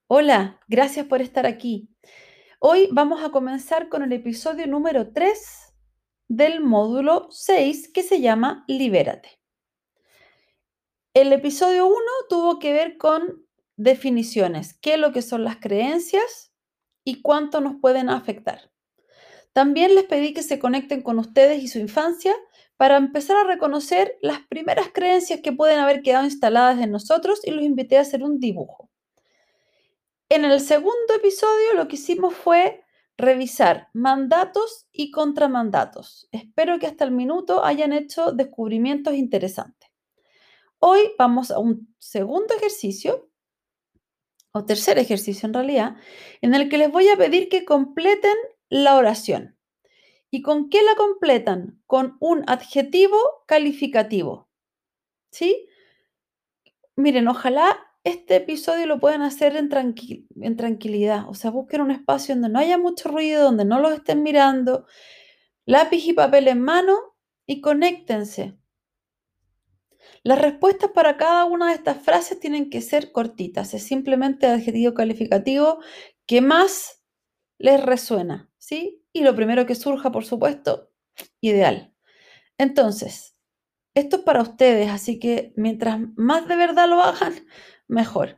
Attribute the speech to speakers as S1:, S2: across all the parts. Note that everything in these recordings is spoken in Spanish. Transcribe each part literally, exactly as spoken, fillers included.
S1: Hola, gracias por estar aquí. Hoy vamos a comenzar con el episodio número tres del módulo seis que se llama Libérate. El episodio uno tuvo que ver con definiciones, qué es lo que son las creencias y cuánto nos pueden afectar. También les pedí que se conecten con ustedes y su infancia para empezar a reconocer las primeras creencias que pueden haber quedado instaladas en nosotros y los invité a hacer un dibujo. En el segundo episodio lo que hicimos fue revisar mandatos y contramandatos. Espero que hasta el minuto hayan hecho descubrimientos interesantes. Hoy vamos a un segundo ejercicio, o tercer ejercicio en realidad, en el que les voy a pedir que completen la oración. ¿Y con qué la completan? Con un adjetivo calificativo. ¿Sí? Miren, ojalá este episodio lo puedan hacer en, tranqui en tranquilidad. O sea, busquen un espacio donde no haya mucho ruido, donde no los estén mirando, lápiz y papel en mano y conéctense. Las respuestas para cada una de estas frases tienen que ser cortitas. Es simplemente el adjetivo calificativo que más les resuena, ¿sí? Y lo primero que surja, por supuesto, ideal. Entonces, esto es para ustedes, así que mientras más de verdad lo hagan, mejor.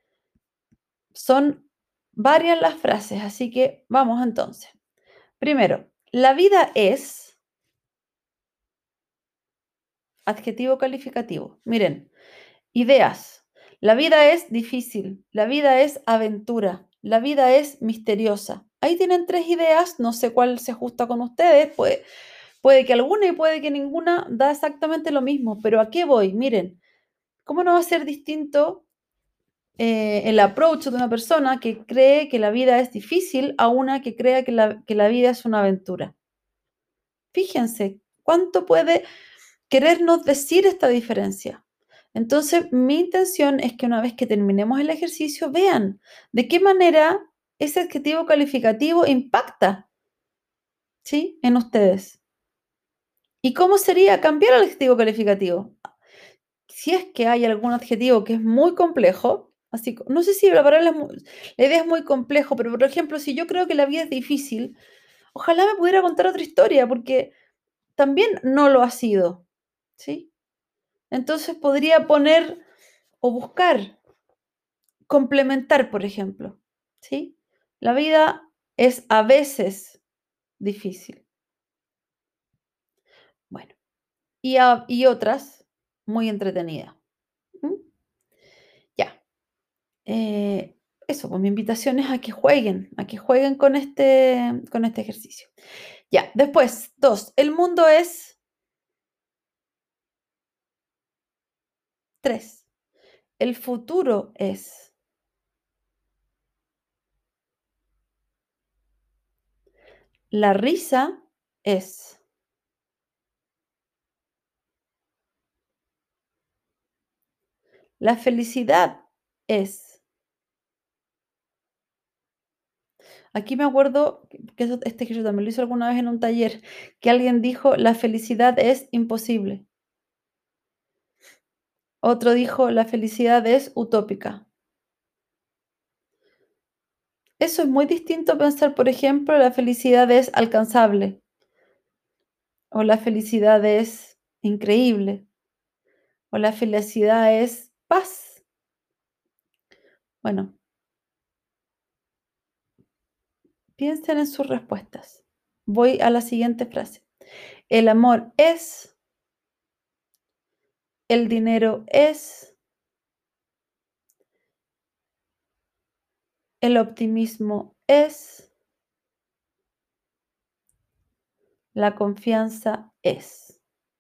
S1: Son varias las frases, así que vamos entonces. Primero, la vida es adjetivo calificativo. Miren, ideas. La vida es difícil, la vida es aventura, la vida es misteriosa. Ahí tienen tres ideas, no sé cuál se ajusta con ustedes, puede, puede que alguna y puede que ninguna da exactamente lo mismo, pero ¿a qué voy? Miren, ¿cómo no va a ser distinto eh, el approach de una persona que cree que la vida es difícil a una que crea que la, que la vida es una aventura? Fíjense, ¿cuánto puede querernos decir esta diferencia? Entonces, mi intención es que una vez que terminemos el ejercicio, vean de qué manera ese adjetivo calificativo impacta, ¿sí?, en ustedes. ¿Y cómo sería cambiar el adjetivo calificativo? Si es que hay algún adjetivo que es muy complejo, así, no sé si la palabra es muy, la idea es muy complejo, pero por ejemplo, si yo creo que la vida es difícil, ojalá me pudiera contar otra historia, porque también no lo ha sido, ¿sí? Entonces podría poner o buscar, complementar, por ejemplo, ¿sí? La vida es a veces difícil. Bueno, y, a, y otras muy entretenidas. ¿Mm? Ya. Eh, eso, pues mi invitación es a que jueguen, a que jueguen con este, con este ejercicio. Ya, después, dos, el mundo es tres. El futuro es. La risa es. La felicidad es. Aquí me acuerdo que eso, este ejercicio también lo hice alguna vez en un taller, que alguien dijo, la felicidad es imposible. Otro dijo, la felicidad es utópica. Eso es muy distinto a pensar, por ejemplo, la felicidad es alcanzable o la felicidad es increíble o la felicidad es paz. Bueno, piensen en sus respuestas. Voy a la siguiente frase. El amor es, el dinero es, el optimismo es, la confianza es.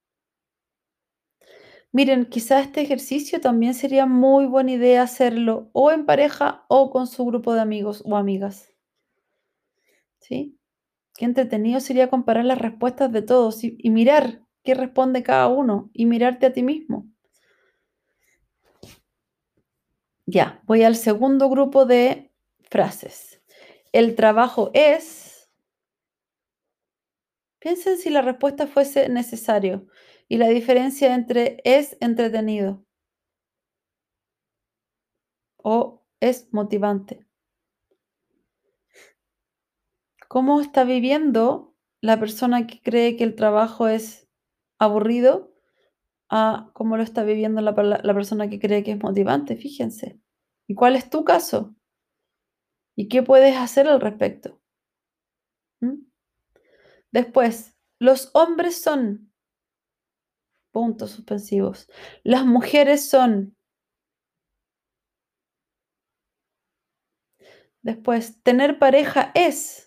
S1: Miren, quizás este ejercicio también sería muy buena idea hacerlo o en pareja o con su grupo de amigos o amigas. ¿Sí? Qué entretenido sería comparar las respuestas de todos y, y mirar qué responde cada uno y mirarte a ti mismo. Ya, voy al segundo grupo de frases. El trabajo es. Piensen si la respuesta fuese necesario y la diferencia entre es entretenido o es motivante. ¿Cómo está viviendo la persona que cree que el trabajo es aburrido a cómo lo está viviendo la, pala- la persona que cree que es motivante? Fíjense. ¿Y cuál es tu caso? ¿Y qué puedes hacer al respecto? ¿Mm? Después, los hombres son puntos suspensivos. Las mujeres son. Después, tener pareja es.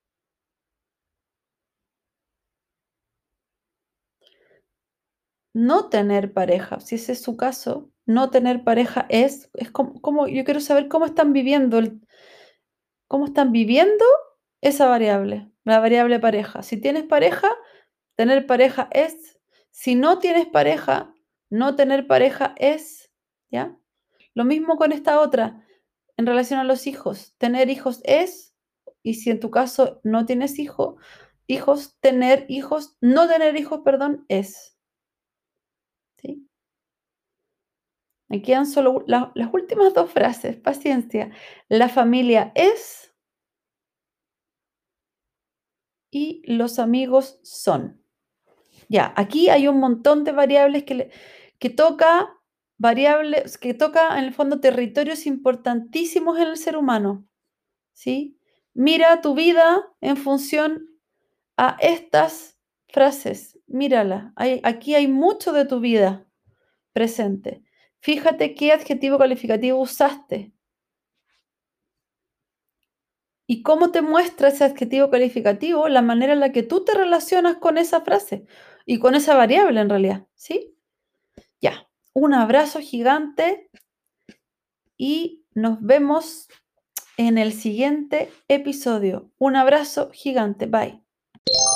S1: No tener pareja, si ese es su caso, no tener pareja es, es como, como- yo quiero saber cómo están viviendo, el- cómo están viviendo esa variable, la variable pareja. Si tienes pareja, tener pareja es. Si no tienes pareja, no tener pareja es, ¿ya? Lo mismo con esta otra, en relación a los hijos. Tener hijos es, y si en tu caso no tienes hijo, hijos, tener hijos, no tener hijos, perdón, es, ¿sí? Me quedan solo la- las últimas dos frases, paciencia. La familia es y los amigos son. Ya, aquí hay un montón de variables que, le- que toca, variables, que toca en el fondo territorios importantísimos en el ser humano, ¿sí? Mira tu vida en función a estas frases. Mírala, hay- aquí hay mucho de tu vida presente. Fíjate qué adjetivo calificativo usaste. ¿Y cómo te muestra ese adjetivo calificativo? La manera en la que tú te relacionas con esa frase y con esa variable en realidad, ¿sí? Ya, un abrazo gigante y nos vemos en el siguiente episodio. Un abrazo gigante, bye.